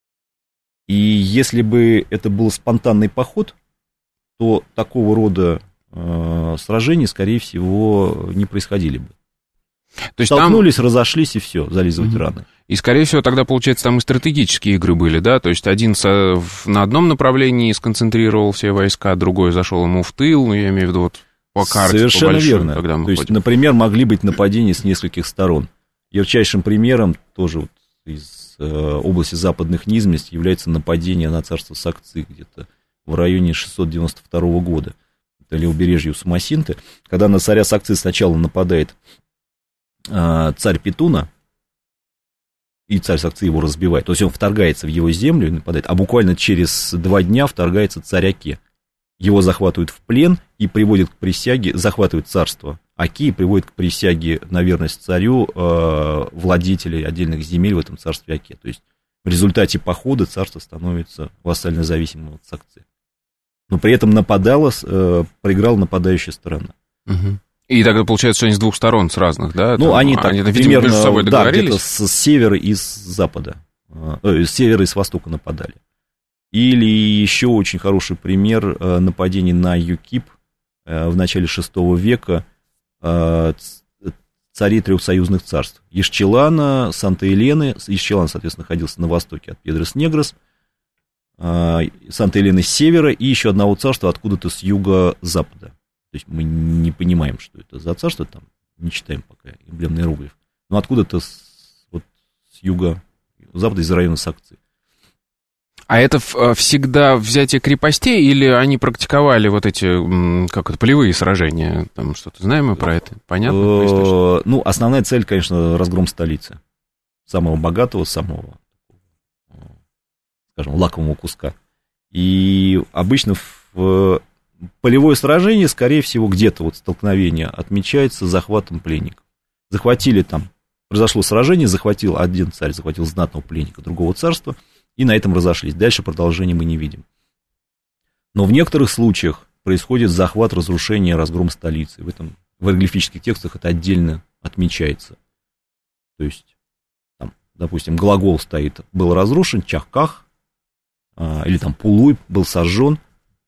И если бы это был спонтанный поход, то такого рода э, сражения, скорее всего, не происходили бы. То есть столкнулись, там... разошлись и все, зализывать mm-hmm. раны. И, скорее всего, тогда, получается, там и стратегические игры были, да? То есть один со... на одном направлении сконцентрировал все войска, другой зашел ему в тыл, ну, я имею в виду вот по карте. Совершенно по большой, верно. Когда мы То есть, ходим. например, могли быть нападения с нескольких сторон. Ярчайшим примером тоже вот из э, области западных низменностей является нападение на царство Сакцы где-то в районе шестьсот девяносто второго года. Это левобережье Самосинты, когда на царя Сакцы сначала нападает э, царь Петуна, и царь Сакцы его разбивает. То есть он вторгается в его землю и нападает, а буквально через два дня вторгается царь Аке. Его захватывают в плен и приводят к присяге, захватывают царство Аки и приводят к присяге на верность царю э, владетелей отдельных земель в этом царстве Аке. То есть в результате похода царство становится вассально зависимым от Сакцы. Но при этом нападала, э, проиграла нападающая сторона. Угу. И тогда получается, что они с двух сторон, с разных, да? Ну, Там, они так, они, примерно, видимо, между собой договорились? Да, где-то с, с севера и с запада, э, с севера и с востока нападали. Или еще очень хороший пример э, нападений на Юкип э, в начале шестого века э, царей трех союзных царств. Ешчелана, Санта-Елены, Ешчелан, соответственно, находился на востоке от Педрос-Негрос, э, Санта-Елены с севера и еще одного царства откуда-то с юго-запада. То есть мы не понимаем, что это за царство, там не читаем пока эмблемный иероглиф. Но откуда-то с, вот, с юго-запада, из района Сакцы. А это всегда взятие крепостей, или они практиковали вот эти, как это, полевые сражения? Там что-то знаем мы про это? Понятно? Ну, основная цель, конечно, разгром столицы. Самого богатого, самого, скажем, лакомого куска. И обычно в полевое сражение, скорее всего, где-то вот столкновение отмечается захватом пленников. Захватили там, произошло сражение, захватил один царь, захватил знатного пленника другого царства, и на этом разошлись. Дальше продолжения мы не видим. Но в некоторых случаях происходит захват, разрушение, разгром столицы. В этом, в иероглифических текстах это отдельно отмечается. То есть, там, допустим, глагол стоит, был разрушен, Чахках, а, или там Пулуй был сожжен,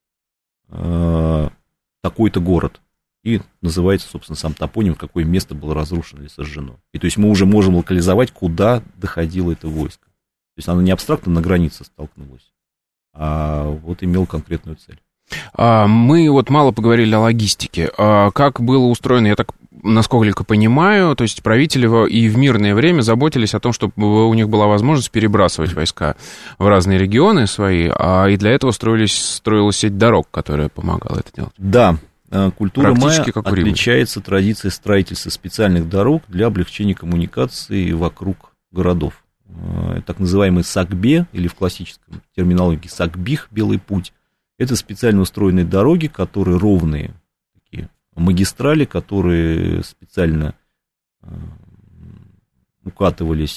такой-то город. И называется, собственно, сам топоним, какое место было разрушено или сожжено. И то есть мы уже можем локализовать, куда доходило это войско. То есть оно не абстрактно на границе столкнулось, а вот имело конкретную цель. Мы вот мало поговорили о логистике. Как было устроено, я так, насколько понимаю, то есть правители и в мирное время заботились о том, чтобы у них была возможность перебрасывать войска в разные регионы свои, а и для этого строились, строилась сеть дорог, которая помогала это делать. Да, культура майя отличается традицией строительства специальных дорог для облегчения коммуникации вокруг городов. Так называемый сакбе, или в классическом терминологии сакбих, белый путь. Это специально устроенные дороги, которые ровные, такие магистрали, которые специально э, укатывались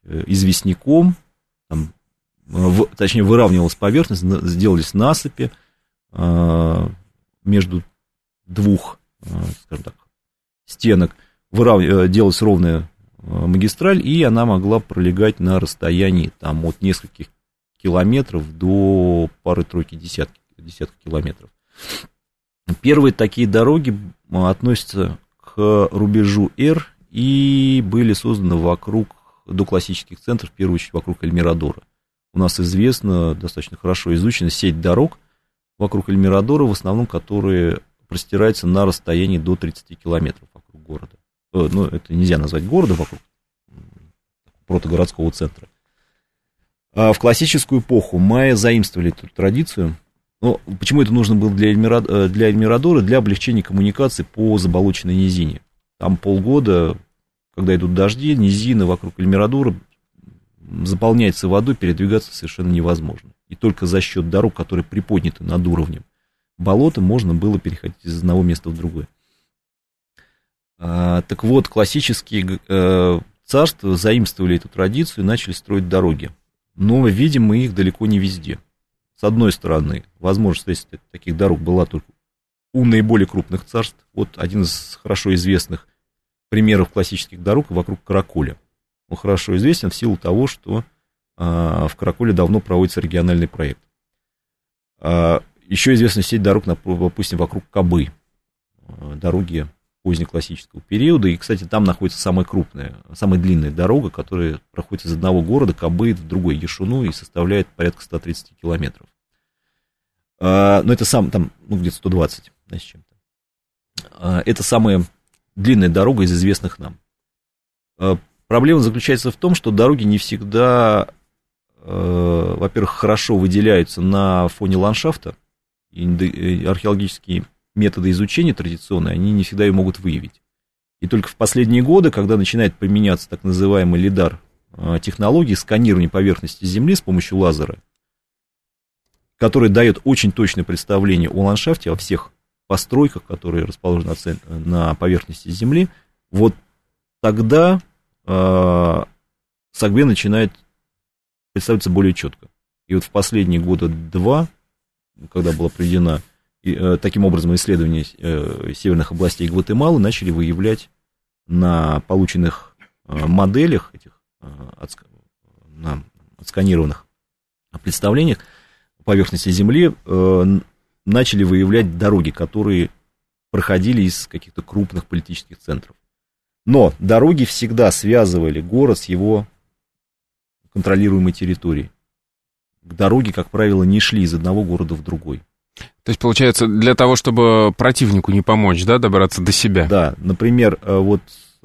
известняком, там, в, точнее, выравнивалась поверхность, сделались насыпи э, между двух, э, скажем так, стенок, вырав... делалась ровная магистраль, и она могла пролегать на расстоянии там, от нескольких километров до пары-тройки десятки, десятка километров. Первые такие дороги относятся к рубежу Р и были созданы вокруг доклассических центров, в первую очередь вокруг Эльмирадора. У нас известна, достаточно хорошо изучена сеть дорог вокруг Эльмирадора, в основном которые простираются на расстоянии до тридцати километров вокруг города. Э, ну, это нельзя назвать городом вокруг протогородского центра. А в классическую эпоху майя заимствовали эту традицию. Но почему это нужно было для, Эльмирадора? Для Эльмирадора? Для облегчения коммуникации по заболоченной низине. Там полгода, когда идут дожди, низина вокруг Эльмирадора заполняется водой, передвигаться совершенно невозможно. И только за счет дорог, которые приподняты над уровнем болота, можно было переходить из одного места в другое. А, так вот, классические э, царства заимствовали эту традицию и начали строить дороги. Но видим мы их далеко не везде. С одной стороны, возможность строительства таких дорог была только у наиболее крупных царств. Вот один из хорошо известных примеров классических дорог вокруг Караколя. Он хорошо известен в силу того, что а, в Караколе давно проводится региональный проект. А, еще известна сеть дорог, допустим, вокруг Кабы. А, дороги позднеклассического периода. И, кстати, там находится самая крупная, самая длинная дорога, которая проходит из одного города Кабы в другой, Ешуну, и составляет порядка ста тридцати километров. А, но это сам, там, ну, где-то сто двадцать, да, с чем-то. А, это самая длинная дорога из известных нам. А, проблема заключается в том, что дороги не всегда, а, во-первых, хорошо выделяются на фоне ландшафта, и археологические методы изучения традиционные, они не всегда ее могут выявить. И только в последние годы, когда начинает применяться так называемый лидар технологии, сканирование поверхности Земли с помощью лазера, который дает очень точное представление о ландшафте, о всех постройках, которые расположены на поверхности Земли, вот тогда э, Сагве начинает представляться более четко. И вот в последние года два, когда была проведена и, э, таким образом исследования э, северных областей Гватемалы, начали выявлять на полученных э, моделях, этих э, отск... на отсканированных представлениях поверхности Земли, э, начали выявлять дороги, которые проходили из каких-то крупных политических центров. Но дороги всегда связывали город с его контролируемой территорией. Дороги, как правило, не шли из одного города в другой. То есть, получается, для того, чтобы противнику не помочь, да, добраться до себя? Да, например, вот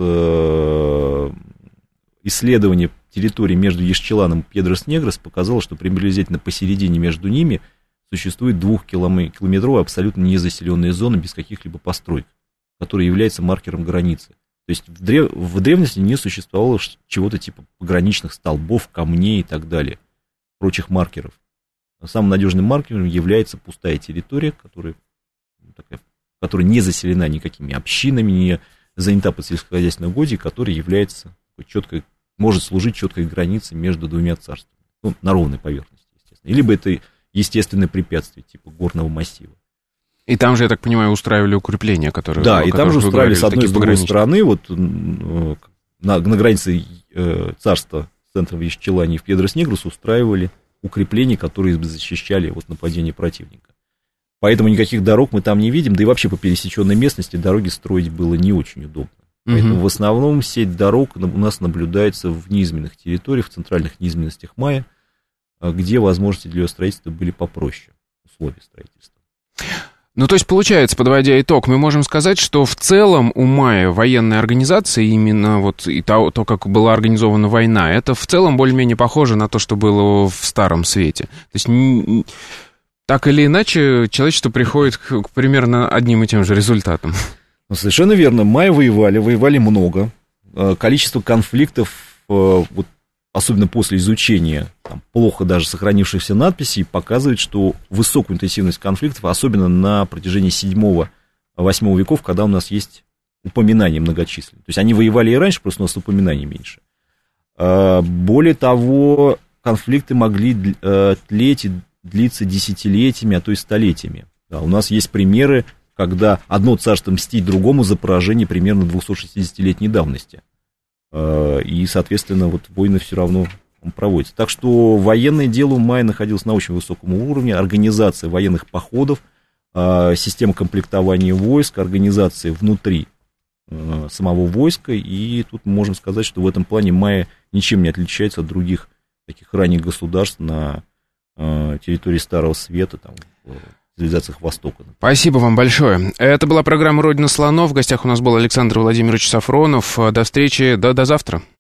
э, исследование территории между Ешчеланом и Пьедрос-Негрос показало, что приблизительно посередине между ними существует двухкилометровая абсолютно незаселенная зона без каких-либо построек, которая является маркером границы. То есть в, древ... в древности не существовало чего-то типа пограничных столбов, камней и так далее, прочих маркеров. Самым надежным маркером является пустая территория, которая, такая, которая не заселена никакими общинами, не занята под сельскохозяйственной угодье, которая является четкой, может служить четкой границей между двумя царствами. Ну, на ровной поверхности, естественно. Либо это естественное препятствие, типа горного массива. И там же, я так понимаю, устраивали укрепления, которые... Да, и там же устраивали с одной и с другой стороны, вот на, на границе царства центра в Ешчелане и в Пьедрос-Негрос устраивали укрепления, которые защищали от нападения противника. Поэтому никаких дорог мы там не видим, да и вообще по пересеченной местности дороги строить было не очень удобно. Поэтому угу. в основном сеть дорог у нас наблюдается в низменных территориях, в центральных низменностях майя, где возможности для ее строительства были попроще, условия строительства. Ну, то есть, получается, подводя итог, мы можем сказать, что в целом у майя военная организация, именно вот и то, то, как была организована война, это в целом более-менее похоже на то, что было в Старом Свете. То есть, н- так или иначе, человечество приходит к, к примерно одним и тем же результатам. Ну, совершенно верно. Майя воевали, воевали много. Количество конфликтов, вот, особенно после изучения там, плохо даже сохранившихся надписей, показывает, что высокую интенсивность конфликтов, особенно на протяжении седьмого-восьмого веков, когда у нас есть упоминания многочисленные. То есть они воевали и раньше, просто у нас упоминаний меньше. Более того, конфликты могли тлеть и длиться десятилетиями, а то и столетиями. Да, у нас есть примеры, когда одно царство мстит другому за поражение примерно двухсотшестидесятилетней давности. И, соответственно, вот войны все равно проводятся. Так что военное дело у Майя находилось на очень высоком уровне. Организация военных походов, система комплектования войск, организация внутри самого войска. И тут мы можем сказать, что в этом плане Майя ничем не отличается от других таких ранних государств на территории Старого Света, там, в цивилизациях Востока. Спасибо вам большое. Это была программа «Родина слонов». В гостях у нас был Александр Владимирович Сафронов. До встречи, до, до завтра.